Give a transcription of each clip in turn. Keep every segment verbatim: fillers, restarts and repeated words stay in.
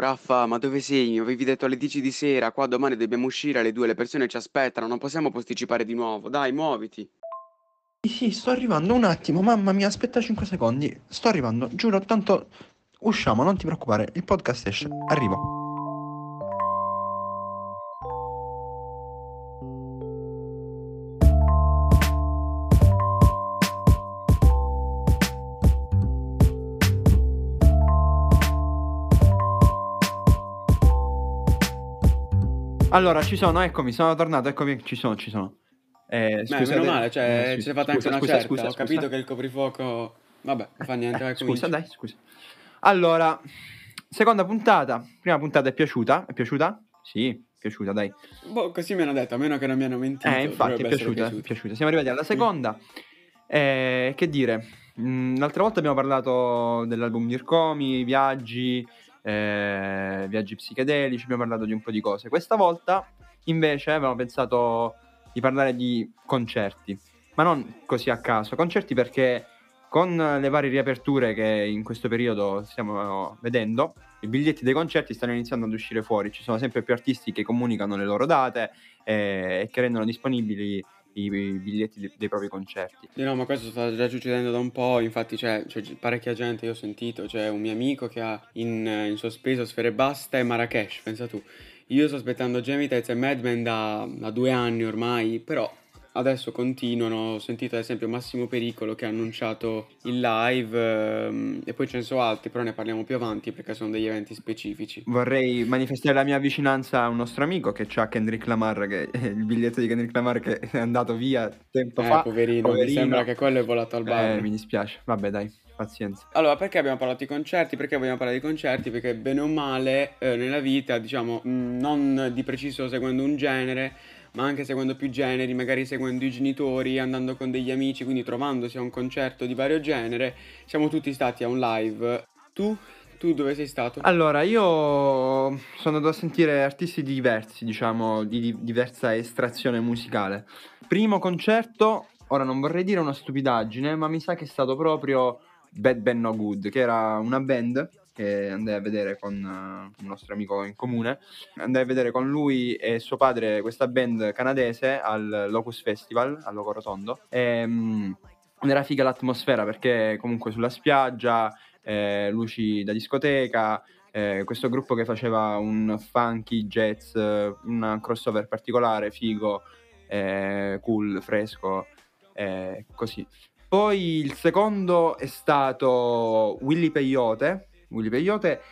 Raffa, ma dove sei? Mi avevi detto alle dieci di sera, qua domani dobbiamo uscire alle due, le persone ci aspettano, non possiamo posticipare di nuovo. Dai, muoviti. Sì, sì, sto arrivando un attimo, mamma mia, aspetta cinque secondi. Sto arrivando, giuro, tanto usciamo, non ti preoccupare, il podcast esce, arrivo. Allora, ci sono, eccomi, sono tornato, eccomi, ci sono, ci sono. Eh, Beh, meno scusate, male, eh, cioè, scusa, ce l'hai fatta anche scusa, una scusa, certa. scusa, Ho scusa. capito che il coprifuoco. Vabbè, non fa niente, vai, Eh, scusa, cominci. dai, scusa. Allora, seconda puntata. Prima puntata è piaciuta? È piaciuta? Sì, è piaciuta, dai. Boh, così mi hanno detto, a meno che non mi hanno Eh, mentito, infatti, è dovrebbe essere piaciuta, è piaciuta. piaciuta. Siamo arrivati alla seconda. Eh, che dire, mh, l'altra volta abbiamo parlato dell'album di Ircomi, viaggi, eh, viaggi psichedelici, abbiamo parlato di un po' di cose. Questa volta, invece, avevamo pensato di parlare di concerti, ma non così a caso. Concerti perché con le varie riaperture che in questo periodo stiamo vedendo, i biglietti dei concerti stanno iniziando ad uscire fuori. Ci sono sempre più artisti che comunicano le loro date eh, e che rendono disponibili i, i biglietti de- dei propri concerti. Sì, no, ma questo sta già succedendo da un po', infatti c'è, c'è parecchia gente, io ho sentito, c'è un mio amico che ha in, in sospeso Sfere Basta e Marrakesh, pensa tu. Io sto aspettando Gemitez e Madman da, da due anni ormai, però adesso continuano. Ho sentito ad esempio Massimo Pericolo che ha annunciato il live, ehm, e poi ce ne sono altri, però ne parliamo più avanti perché sono degli eventi specifici. Vorrei manifestare la mia vicinanza a un nostro amico che c'ha Kendrick Lamar, che il biglietto di Kendrick Lamar che è andato via tempo Eh, fa, poverino, mi sembra poverino. che quello è volato al Eh, bar. mi dispiace, vabbè dai, pazienza. Allora, perché abbiamo parlato di concerti? Perché vogliamo parlare di concerti? Perché bene o male, eh, nella vita, diciamo, mh, non di preciso seguendo un genere, ma anche seguendo più generi, magari seguendo i genitori, andando con degli amici, quindi trovandosi a un concerto di vario genere, siamo tutti stati a un live. Tu? Tu dove sei stato? Allora, io sono andato a sentire artisti diversi, diciamo, di, di diversa estrazione musicale. Primo concerto, ora non vorrei dire una stupidaggine, ma mi sa che è stato proprio Bad Bad No Good, che era una band che andai a vedere con uh, un nostro amico in comune. Andai a vedere con lui e suo padre questa band canadese al Locus Festival, a Loco Rotondo. E, um, era figa l'atmosfera perché comunque sulla spiaggia, eh, luci da discoteca, eh, questo gruppo che faceva un funky jazz, un crossover particolare, figo, eh, cool, fresco, eh, così. Poi il secondo è stato Willy Peyote, Willy Peyote,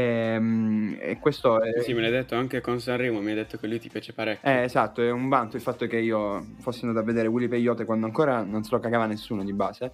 ehm, e questo è... Sì, me l'hai detto anche con Sanremo, mi hai detto che lui ti piace parecchio. Eh, esatto, è un vanto il fatto che io fossi andato a vedere Willy Peyote quando ancora non se lo cagava nessuno di base.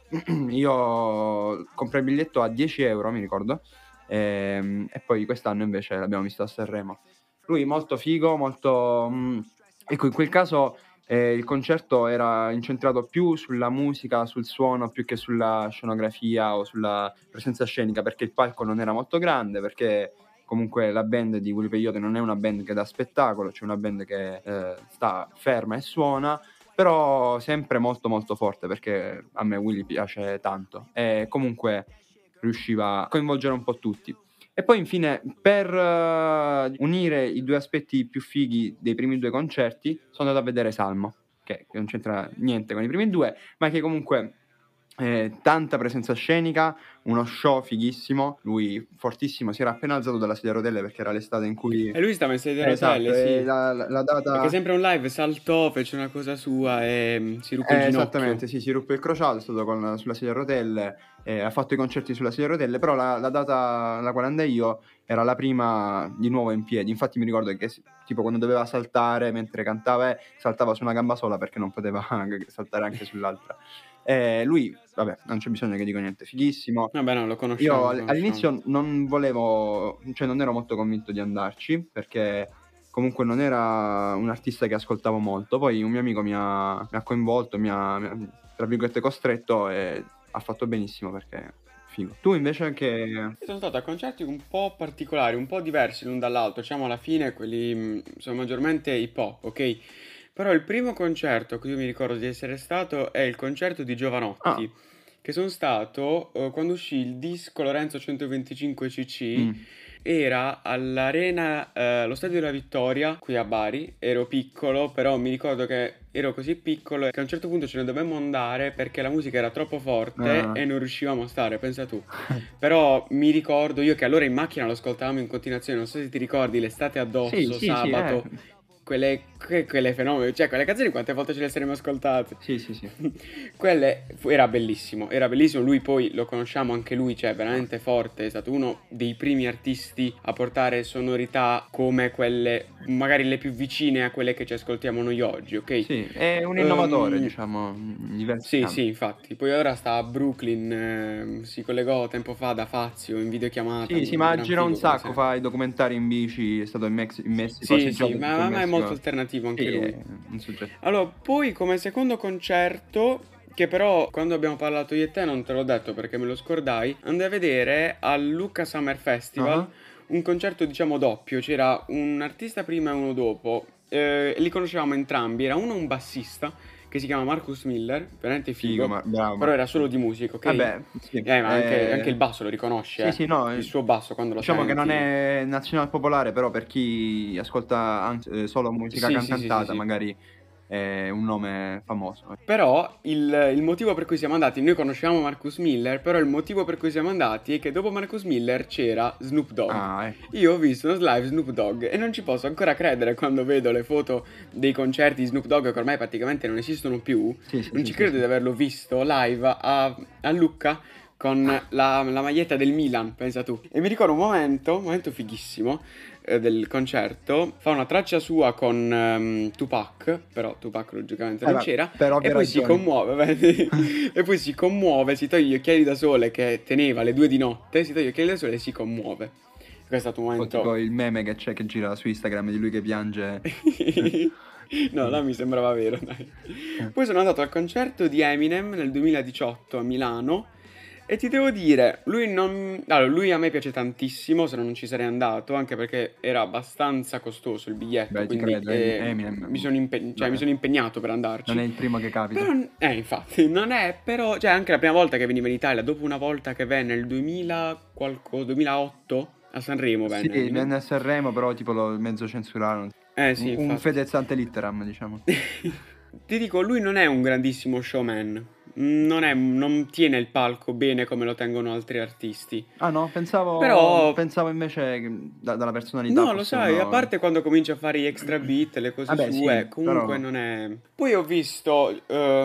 Io comprai il biglietto a dieci euro, mi ricordo, ehm, e poi quest'anno invece l'abbiamo visto a Sanremo. Lui molto figo, molto... mh, ecco, in quel caso eh, il concerto era incentrato più sulla musica, sul suono, più che sulla scenografia o sulla presenza scenica, perché il palco non era molto grande, perché comunque la band di Willy Peyote non è una band che dà spettacolo, c'è una band che eh, sta ferma e suona, però sempre molto molto forte, perché a me Willy piace tanto e comunque riusciva a coinvolgere un po' tutti. E poi infine, per uh, unire i due aspetti più fighi dei primi due concerti, sono andato a vedere Salmo, che non c'entra niente con i primi due, ma che comunque eh, tanta presenza scenica, uno show fighissimo, lui fortissimo, si era appena alzato dalla sedia a rotelle perché era l'estate in cui... E lui stava in sedia a Eh, esatto, rotelle, e sì. la, la- la Perché data... sempre un live saltò, fece una cosa sua e mm, si ruppe il Eh, ginocchio. esattamente, sì, si ruppe il crociato, è stato con- sulla sedia a rotelle, eh, ha fatto i concerti sulla sedia a rotelle, però la, la data alla quale andai io era la prima di nuovo in piedi. Infatti mi ricordo che s- tipo quando doveva saltare mentre cantava, eh, saltava su una gamba sola perché non poteva saltare anche sull'altra. Eh, lui, vabbè, non c'è bisogno che dico niente, fighissimo. Vabbè, no, lo Io conosciamo, lo all- conosciamo. all'inizio non volevo, cioè non ero molto convinto di andarci perché comunque non era un artista che ascoltavo molto. Poi un mio amico mi ha, mi ha coinvolto, mi ha, mi ha, tra virgolette, costretto e ha fatto benissimo perché figo. Tu invece che... Io sono stato a concerti un po' particolari, un po' diversi l'un dall'altro, diciamo alla fine quelli mh, sono maggiormente hip hop, ok? Però il primo concerto a cui io mi ricordo di essere stato è il concerto di Ah, Giovanotti, che sono stato eh, quando uscì il disco Lorenzo centoventicinque cc, mm, era all'Arena, eh, allo Stadio della Vittoria, qui a Bari. Ero piccolo, però mi ricordo che ero così piccolo che a un certo punto ce ne dovemmo andare perché la musica era troppo forte Ah. e non riuscivamo a stare, pensa tu. Però mi ricordo io che allora in macchina lo ascoltavamo in continuazione, non so se ti ricordi, l'estate Sì, addosso, sì, sì, eh. sabato, quelle, que- quelle fenomeni, cioè quelle canzoni quante volte ce le saremmo ascoltate? Sì, sì, sì. Quelle fu- era bellissimo, era bellissimo, lui poi lo conosciamo anche lui, cioè veramente forte, è stato uno dei primi artisti a portare sonorità come quelle, magari le più vicine a quelle che ci ascoltiamo noi oggi, ok? Sì, è un innovatore, Ehm, diciamo, in diversi sì, campi. sì, infatti. Poi ora sta a Brooklyn, ehm, si collegò tempo fa da Fazio in videochiamata, Sì, sì, un ma gran gira un figo come sacco, sempre. fa i documentari in bici, è stato in, Mex- in Messico, ha Sì, sì, seggiato ma, tutto il ma è molto Messico. alternativo anche Sì, lui. è un soggetto. Allora, poi come secondo concerto, che però quando abbiamo parlato io e te non te l'ho detto perché me lo scordai, andai a vedere al Lucca Summer Festival Ah, un concerto diciamo doppio, c'era un artista prima e uno dopo, eh, li conoscevamo entrambi, era uno un bassista che si chiama Marcus Miller, veramente figo, figo, ma bravo. però Ma... era solo di musica, ok? Vabbè, sì. Eh, ma anche, anche eh, il basso lo riconosci, Sì, eh? sì, no, Il eh, suo basso quando lo diciamo che non senti. è nazionale popolare, però per chi ascolta anzi, eh, solo musica Sì, sì, sì, sì, cantata, sì. magari è un nome famoso. Però il, il motivo per cui siamo andati, noi conoscevamo Marcus Miller, però il motivo per cui siamo andati è che dopo Marcus Miller c'era Snoop Dogg. Ah, ecco. Io ho visto uno live Snoop Dogg e non ci posso ancora credere quando vedo le foto dei concerti di Snoop Dogg che ormai praticamente non esistono più. Sì, sì, Non sì, ci sì, credo sì. di averlo visto live a, a Lucca con la, la maglietta del Milan, pensa tu. E mi ricordo un momento, un momento fighissimo eh, del concerto, fa una traccia sua con ehm, Tupac, però Tupac logicamente Eh, non ma c'era, per ovvie e poi si ragioni. commuove, vedi? E poi si commuove, si toglie gli occhiali da sole che teneva alle due di notte, si toglie gli occhiali da sole e si commuove. Questo è stato un O momento... tipo il meme che c'è che gira su Instagram di lui che piange. No, là mi sembrava vero, dai. Poi sono andato al concerto di Eminem nel duemiladiciotto a Milano e ti devo dire, lui non... Allora, lui a me piace tantissimo, se no non ci sarei andato, anche perché era abbastanza costoso il biglietto, Beh, ti quindi credo, Em- eh, Eminem mi sono impe- cioè, mi vabbè, sono impegnato per non andarci. è il primo che capita. Però, eh, infatti, non è, però, cioè, anche la prima volta che veniva in Italia, dopo una volta che venne nel duemila qualcosa, duemilaotto a Sanremo Sì, venne Eminem. venne a Sanremo, però tipo lo mezzo censurarono. Eh Un, sì, un infatti. Fedez ante litteram, diciamo. Ti dico, lui non è un grandissimo showman. Non è, non tiene il palco bene come lo tengono altri artisti. Ah no, pensavo, Però, pensavo invece che da- dalla personalità no, lo fosse sai, a uno... parte quando comincia a fare gli extra beat, le cose Vabbè, sì, sue, comunque però... non è... Poi ho visto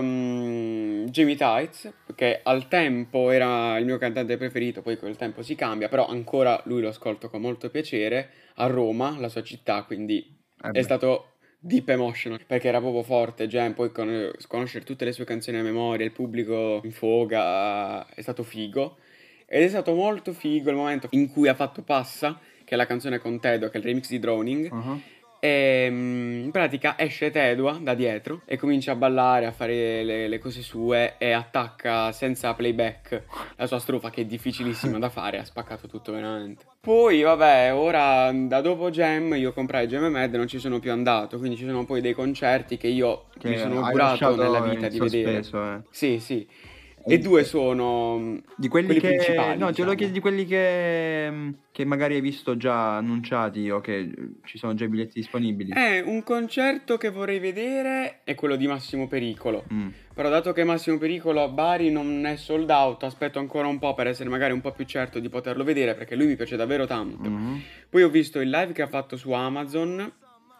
ehm, Jamie Tights, che al tempo era il mio cantante preferito, poi col tempo si cambia, però ancora lui lo ascolto con molto piacere, a Roma, la sua città, quindi Eh è beh. stato deep emotional, perché era proprio forte, Jam, poi con- conoscere tutte le sue canzoni a memoria, il pubblico in foga, è stato figo. Ed è stato molto figo il momento in cui ha fatto Passa, che è la canzone con Tedua, che è il remix di Drowning. Uh-huh. E mm, in pratica esce Tedua da dietro e comincia a ballare, a fare le, le cose sue e attacca senza playback la sua strofa che è difficilissima da fare, ha spaccato tutto veramente. Poi vabbè, ora da dopo Jam io comprai Jam e Mad e non ci sono più andato, quindi ci sono poi dei concerti che io Che mi sono hai augurato lasciato nella vita in di vedere. sospeso, eh. Sì, sì. E E di, due sono mm, di quelli quelli che... principali, No, te lo diciamo. chiedo di quelli che, che magari hai visto già annunciati o che ci sono già i biglietti disponibili. Eh, un concerto che vorrei vedere è quello di Massimo Pericolo. Mm. Però dato che Massimo Pericolo a Bari non è sold out, aspetto ancora un po' per essere magari un po' più certo di poterlo vedere perché lui mi piace davvero tanto. Mhm. Poi ho visto il live che ha fatto su Amazon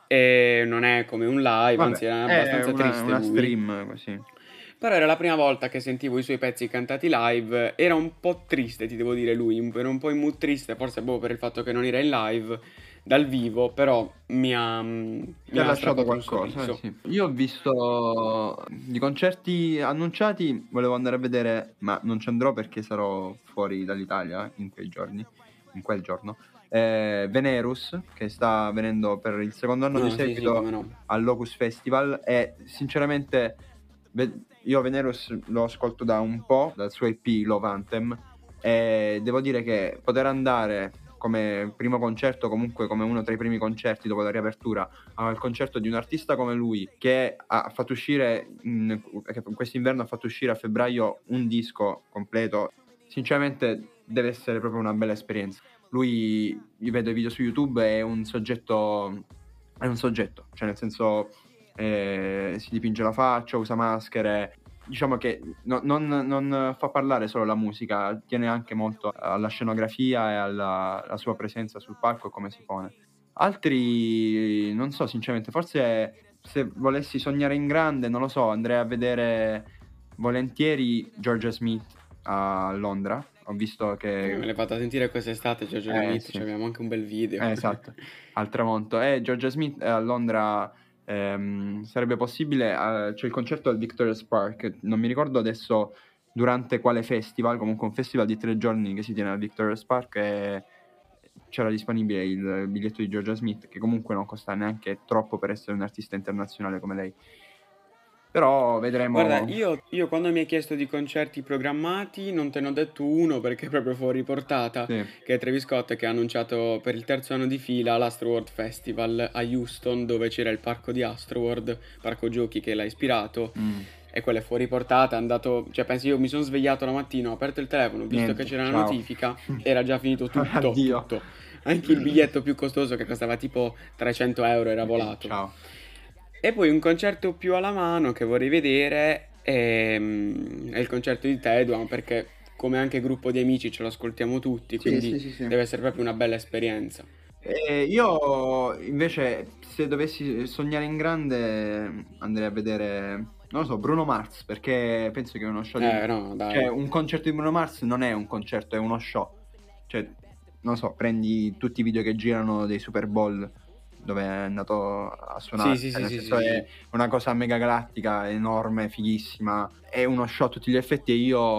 e non è come un live, anzi Vabbè, era è abbastanza una, triste una lui. stream così. Però era la prima volta che sentivo i suoi pezzi cantati live, era un po' triste, ti devo dire lui, era un po' in mood triste, forse boh, per il fatto che non era in live dal vivo, però mi ha, mi Ti ha ha lasciato strappato un qualcosa, eh, sorriso. sì. Io ho visto di concerti annunciati, volevo andare a vedere, ma non ci andrò perché sarò fuori dall'Italia in quei giorni, in quel giorno. Eh, Venerus, che sta venendo per il secondo anno No, di sì, sì, seguito come no. al Locus Festival e sinceramente ve- io Venerus lo ascolto da un po', dal suo E P Love Anthem, e devo dire che poter andare come primo concerto, comunque come uno tra i primi concerti dopo la riapertura, al concerto di un artista come lui che ha fatto uscire in, che quest'inverno ha fatto uscire a febbraio un disco completo, sinceramente deve essere proprio una bella esperienza. lui, io vedo i video su YouTube, è un soggetto, è un soggetto, cioè nel senso eh, si dipinge la faccia, usa maschere, diciamo che no- non, non fa parlare solo la musica, tiene anche molto alla scenografia e alla, alla sua presenza sul palco e come si pone. Altri, non so sinceramente, forse se volessi sognare in grande, non lo so, andrei a vedere volentieri Georgia Smith a Londra. Ho visto Eh, che... me l'hai fatta sentire quest'estate, Giorgio Eh Smith, sì, cioè abbiamo anche un bel video. eh, esatto, al tramonto. E Georgia Smith a Londra ehm, sarebbe possibile, eh, c'è il concerto al Victoria's Park, non mi ricordo adesso durante quale festival, comunque un festival di tre giorni che si tiene al Victoria's Park, e c'era disponibile il biglietto di Georgia Smith, che comunque non costa neanche troppo per essere un artista internazionale come lei. Però vedremo. Guarda, io, io quando mi hai chiesto di concerti programmati non te ne ho detto uno perché è proprio fuori portata, Sì. che è Travis Scott, che ha annunciato per il terzo anno di fila l'Astroworld Festival a Houston, dove c'era il parco di Astroworld, parco giochi che l'ha ispirato. Mm. E quella è fuori portata, è andato, cioè penso, io mi sono svegliato la mattina, ho aperto il telefono, ho visto Niente, che c'era la ciao. notifica, era già finito tutto, Addio. tutto. Anche il biglietto più costoso, che costava tipo trecento euro, era volato. Ciao. E poi un concerto più alla mano che vorrei vedere è, mm, è il concerto di Tedua, perché come anche gruppo di amici ce lo ascoltiamo tutti, Sì, quindi sì, sì, sì. deve essere proprio una bella esperienza. Eh, io invece, se dovessi sognare in grande, andrei a vedere, non lo so, Bruno Mars, perché penso che uno show di... Eh no, dai. Cioè, un concerto di Bruno Mars non è un concerto, è uno show. Cioè, non so, prendi tutti i video che girano dei Super Bowl dove è andato a suonare, Sì, sì, cioè, sì, nel sì, senso sì, è sì. una cosa mega galattica, enorme, fighissima, è uno show a tutti gli effetti, e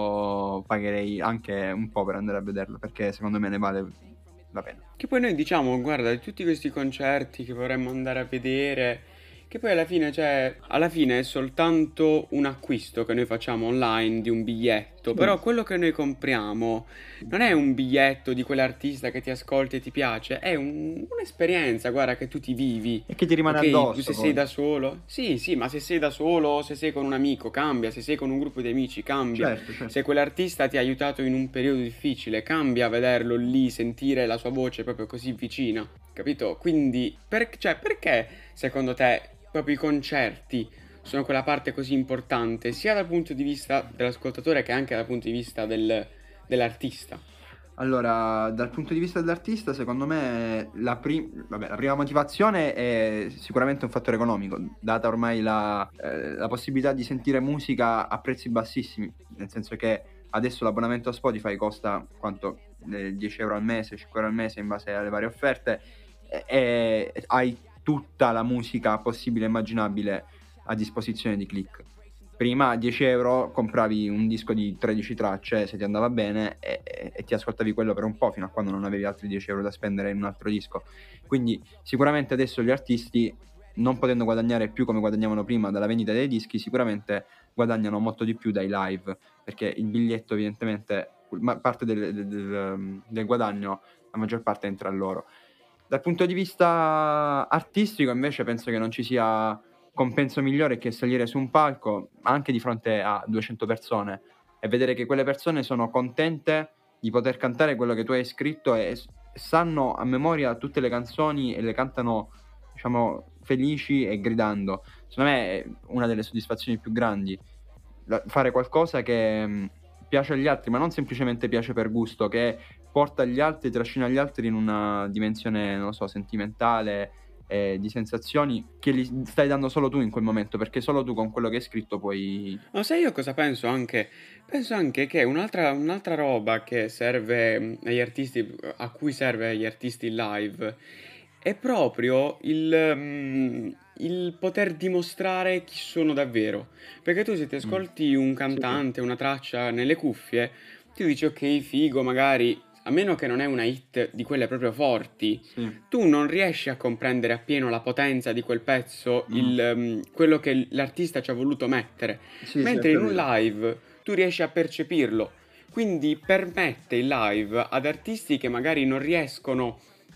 io pagherei anche un po' per andare a vederlo, perché secondo me ne vale la pena. Che poi noi diciamo, guarda, di tutti questi concerti che vorremmo andare a vedere, che poi alla fine, cioè, alla fine è soltanto un acquisto che noi facciamo online di un biglietto, Sì. però quello che noi compriamo non è un biglietto di quell'artista che ti ascolti e ti piace, è un- un'esperienza, guarda, che tu ti vivi. E che ti rimane Ok, addosso se poi. sei da solo, sì, sì, ma se sei da solo, se sei con un amico, cambia, se sei con un gruppo di amici, cambia. Certo, certo. Se quell'artista ti ha aiutato in un periodo difficile, cambia vederlo lì, sentire la sua voce proprio così vicina, capito? Quindi, per- cioè, perché secondo te proprio i concerti sono quella parte così importante, sia dal punto di vista dell'ascoltatore che anche dal punto di vista del- dell'artista? Allora, dal punto di vista dell'artista, secondo me la, pri- vabbè, la prima motivazione è sicuramente un fattore economico, data ormai la, eh, la possibilità di sentire musica a prezzi bassissimi, nel senso che adesso l'abbonamento a Spotify costa quanto? Eh, dieci euro al mese, cinque euro al mese in base alle varie offerte, e, e hai tutta la musica possibile e immaginabile a disposizione di click. Prima a dieci euro compravi un disco di tredici tracce se ti andava bene, e, e- e ti ascoltavi quello per un po', fino a quando non avevi altri dieci euro da spendere in un altro disco. Quindi sicuramente adesso gli artisti, non potendo guadagnare più come guadagnavano prima dalla vendita dei dischi, sicuramente guadagnano molto di più dai live, perché il biglietto evidentemente, ma parte del, del- del- del guadagno, la maggior parte entra a loro. Dal punto di vista artistico invece penso che non ci sia compenso migliore che salire su un palco anche di fronte a duecento persone e vedere che quelle persone sono contente di poter cantare quello che tu hai scritto, e s- sanno a memoria tutte le canzoni e le cantano, diciamo, felici e gridando. Secondo me è una delle soddisfazioni più grandi, la- fare qualcosa che mh, piace agli altri, ma non semplicemente piace per gusto, che porta gli altri, trascina gli altri in una dimensione, non lo so, sentimentale, eh, di sensazioni che gli stai dando solo tu in quel momento, perché solo tu con quello che hai scritto puoi... Ma sai io cosa penso anche? Penso anche che un'altra un'altra roba che serve mm, agli artisti, a cui serve agli artisti live, è proprio il, mm, il poter dimostrare chi sono davvero. Perché tu se ti Mm. ascolti un Sì, sì. cantante, una traccia nelle cuffie, tu dici ok, figo, magari, a meno che non è una hit di quelle proprio forti, Sì. tu non riesci a comprendere appieno la potenza di quel pezzo, Mm. il, mm, quello che l'artista ci ha voluto mettere. Sì, Mentre sì, in un capito. live tu riesci a percepirlo. Quindi permette il live ad artisti che magari non riescono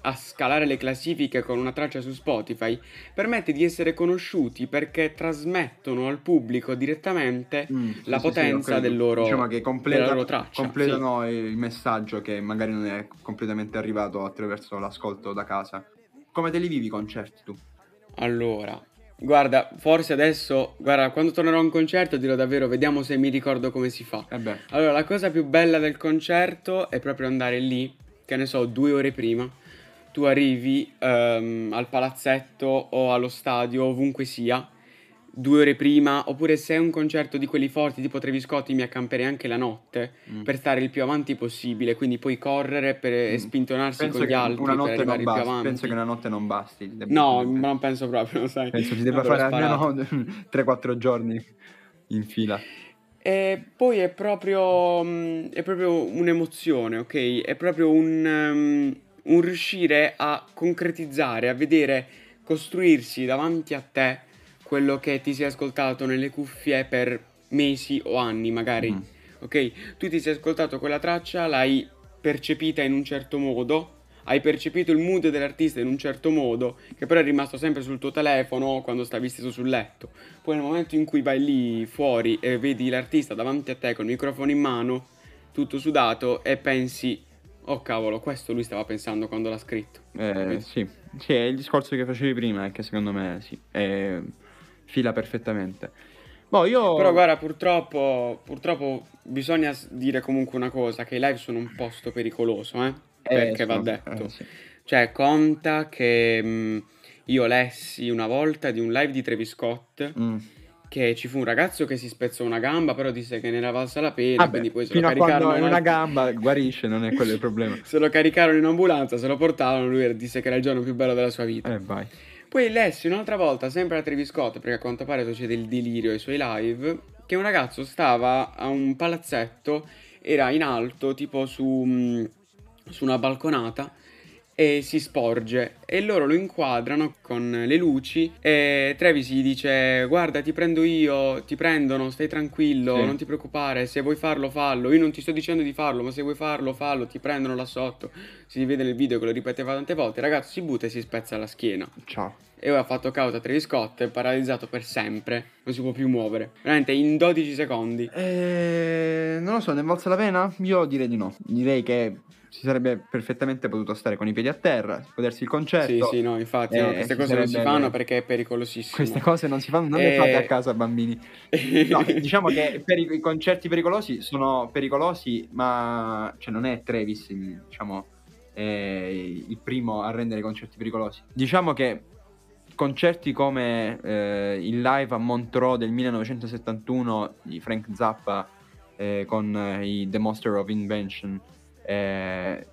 a scalare le classifiche con una traccia su Spotify, permette di essere conosciuti perché trasmettono al pubblico direttamente Mm, sì, la sì, sì, ho potenza capito. del loro, Diciamo che della completa- loro traccia. completano il messaggio che magari non è completamente arrivato attraverso l'ascolto da casa. Come te li vivi i concerti tu? Allora, guarda, forse adesso, guarda, quando tornerò a un concerto dirò davvero, vediamo se mi ricordo come si fa. Eh beh, Allora, la cosa più bella del concerto è proprio andare lì, che ne so, due ore prima. Tu arrivi ehm, al palazzetto o allo stadio, ovunque sia, due ore prima, oppure se è un concerto di quelli forti, tipo Travis Scott, mi accamperei anche la notte mm. per stare il più avanti possibile, quindi puoi correre per, e Mm. spintonarsi Penso con gli che altri una per notte arrivare non il più basti. avanti. Penso che una notte non basti. Deb- No, deb- non penso proprio, sai. Penso si debba Andrò fare sparato. almeno tre quattro giorni in fila. E poi è proprio, mm, è proprio un'emozione, ok? È proprio un, um, un riuscire a concretizzare, a vedere costruirsi davanti a te quello che ti sei ascoltato nelle cuffie per mesi o anni, magari. Mm. Ok? Tu ti sei ascoltato quella traccia, l'hai percepita in un certo modo, hai percepito il mood dell'artista in un certo modo, che però è rimasto sempre sul tuo telefono quando stavi steso sul letto. Poi nel momento in cui vai lì fuori e vedi l'artista davanti a te con il microfono in mano, tutto sudato, e pensi, oh cavolo, questo lui stava pensando quando l'ha scritto. Eh, Capito? sì. Sì, è il discorso che facevi prima, è che secondo me sì, è- fila perfettamente. Boh, io... Però guarda, purtroppo, purtroppo bisogna s- dire comunque una cosa, che i live sono un posto pericoloso, eh? Eh, Perché va sono- detto. eh, sì. Cioè, conta che mh, io lessi una volta di un live di Travis Scott Mm. che ci fu un ragazzo che si spezzò una gamba, però disse che ne era valsa la pena, Vabbè, quindi poi se lo fino a quando caricarono in in una al- gamba guarisce, non è quello il problema. se lo caricarono in ambulanza, se lo portarono, lui disse che era il giorno più bello della sua vita. Eh, vai. Poi lessi un'altra volta, sempre a Travis Scott, perché a quanto pare succede il delirio ai suoi live, che un ragazzo stava a un palazzetto, era in alto, tipo su, mh, su una balconata, e si sporge, e loro lo inquadrano con le luci, e Travis gli dice, guarda, ti prendo io, ti prendono, stai tranquillo, Sì. non ti preoccupare, se vuoi farlo fallo, io non ti sto dicendo di farlo, ma se vuoi farlo fallo, ti prendono là sotto. Si vede nel video che lo ripeteva tante volte, il ragazzo si butta e si spezza la schiena. Ciao. E ora ha fatto causa a Travis Scott, è paralizzato per sempre, non si può più muovere. Veramente in dodici secondi. Eh, non lo so, ne è valsa la pena? Io direi di no. Direi che si sarebbe perfettamente potuto stare con i piedi a terra, godersi il Sì, concerto. sì, no, infatti, eh, no, queste si cose non si sarebbe- fanno perché è pericolosissimo. Queste cose non si fanno, non le Eh, fate a casa, bambini. No, diciamo che per i, i concerti pericolosi sono pericolosi, ma cioè non è Travis, il- diciamo, è il primo a rendere i concerti pericolosi. Diciamo che concerti come eh, il live a Montreux del millenovecentosettantuno di Frank Zappa eh, con eh, i The Monster of Invention, eh,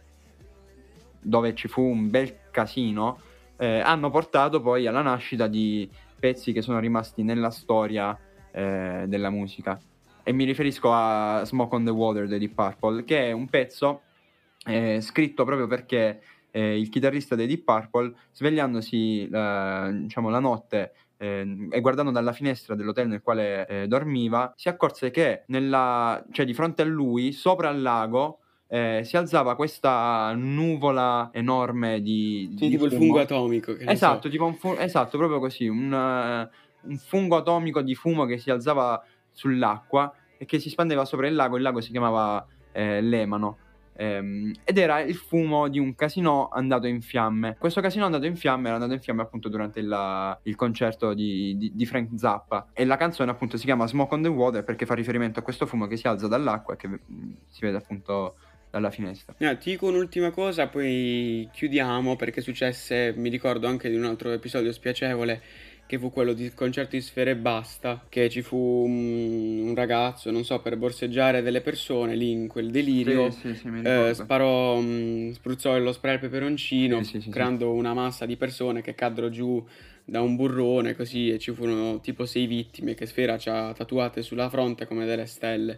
dove ci fu un bel casino, eh, hanno portato poi alla nascita di pezzi che sono rimasti nella storia eh, della musica. E mi riferisco a Smoke on the Water dei Deep Purple, che è un pezzo eh, scritto proprio perché eh, il chitarrista dei Deep Purple, svegliandosi eh, diciamo la notte eh, e guardando dalla finestra dell'hotel nel quale eh, dormiva, si accorse che nella, cioè di fronte a lui, sopra il lago, eh, si alzava questa nuvola enorme di, Sì, di tipo il fumo. fungo atomico, che ne Esatto, so. tipo un fu- esatto, proprio così, un, eh, un fungo atomico di fumo che si alzava sull'acqua e che si spandeva sopra il lago. Il lago si chiamava eh, Lemano. Ehm, ed era il fumo di un casinò andato in fiamme. Questo casinò andato in fiamme era andato in fiamme appunto durante il, il concerto di, di, di Frank Zappa, e la canzone appunto si chiama Smoke on the Water perché fa riferimento a questo fumo che si alza dall'acqua e che mm, si vede appunto dalla finestra. Eh, ti dico un'ultima cosa, poi chiudiamo, perché successe, mi ricordo anche di un altro episodio spiacevole, che fu quello del concerto di Sfera Ebbasta, che ci fu un, un ragazzo, non so, per borseggiare delle persone lì in quel delirio, Sì, sì, sì, mi eh, ricordo. sparò, mh, spruzzò lo spray al peperoncino, Sì, sì, sì, creando una massa di persone che caddero giù da un burrone, così, e ci furono tipo sei vittime che Sfera ci ha tatuate sulla fronte come delle stelle.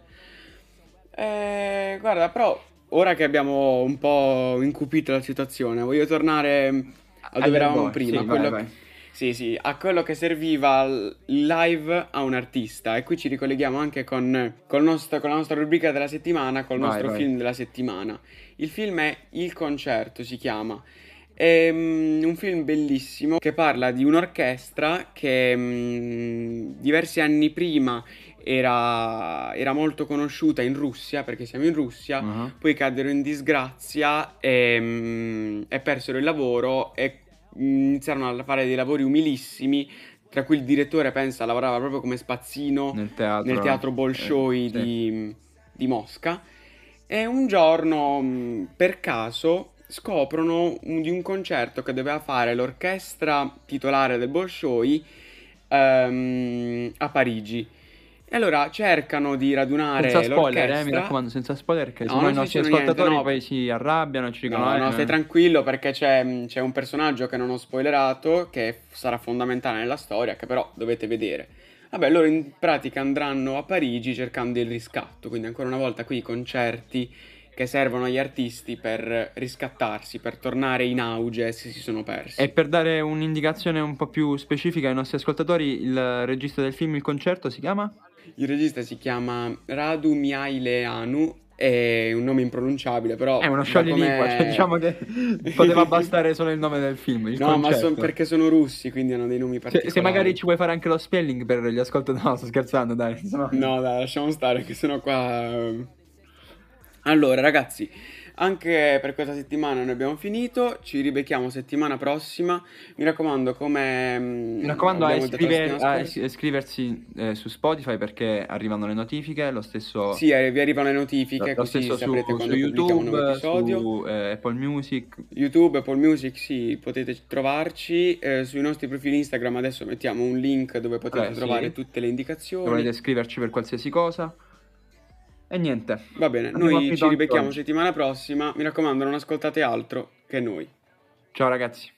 Eh, guarda, però ora che abbiamo un po' incupito la situazione, voglio tornare a dove Agli eravamo albori, prima, sì, a quello, vai, vai. sì, sì, a quello che serviva il live a un artista. E qui ci ricolleghiamo anche con, col nostro- con la nostra rubrica della settimana, col Vai, nostro vai. film della settimana. Il film è Il Concerto, si chiama. È mm, un film bellissimo che parla di un'orchestra che mm, diversi anni prima era, era molto conosciuta in Russia, perché siamo in Russia, Ah. poi caddero in disgrazia e, mm, e persero il lavoro e mm, iniziarono a fare dei lavori umilissimi, tra cui il direttore, pensa, lavorava proprio come spazzino Nel teatro. nel teatro eh, Bolshoi sì. di, di Mosca. E un giorno, mh, per caso, scoprono un- di un concerto che doveva fare l'orchestra titolare del Bolshoi ehm, a Parigi. E allora cercano di Senza radunare spoiler, eh, mi l'orchestra. raccomando, senza spoiler, che No, sennò non i si nostri dicono niente, ascoltatori no. poi si arrabbiano e ci dicono No, eh, no, stai tranquillo perché c'è c'è un personaggio che non ho spoilerato, che sarà fondamentale nella storia, che però dovete vedere. Vabbè, loro in pratica andranno a Parigi cercando il riscatto, quindi ancora una volta qui i concerti che servono agli artisti per riscattarsi, per tornare in auge se si sono persi. E per dare un'indicazione un po' più specifica ai nostri ascoltatori, il regista del film Il Concerto si chiama? Il regista si chiama Radu Miaileanu, è un nome impronunciabile, però È uno da scioglilingua, come- cioè diciamo che poteva bastare solo il nome del film, Il No, ma Concerto. son- perché sono russi, quindi hanno dei nomi Se, particolari. se magari ci vuoi fare anche lo spelling per gli ascoltatori, no, sto scherzando, dai. insomma. No, dai, lasciamo stare, che sennò qua... ehm. Allora, ragazzi, anche per questa settimana noi abbiamo finito. Ci ribecchiamo settimana prossima. Mi raccomando, come... mm, Mi raccomando a, abbiamo detto la iscriver- settimana a scorsa- is- iscriversi eh, su Spotify perché arrivano le notifiche, lo stesso, Sì, eh, vi arrivano le notifiche, lo così stesso su, saprete su quando pubblichiamo un nuovo YouTube, episodio. su eh, Apple Music. YouTube, Apple Music, sì, potete trovarci. Eh, sui nostri profili Instagram adesso mettiamo un link dove potete Eh, sì. trovare tutte le Se indicazioni. volete scriverci per qualsiasi cosa. E niente. Va bene, Abbiamo noi finito ci anche ribecchiamo oggi. settimana prossima. Mi raccomando, non ascoltate altro che noi. Ciao ragazzi.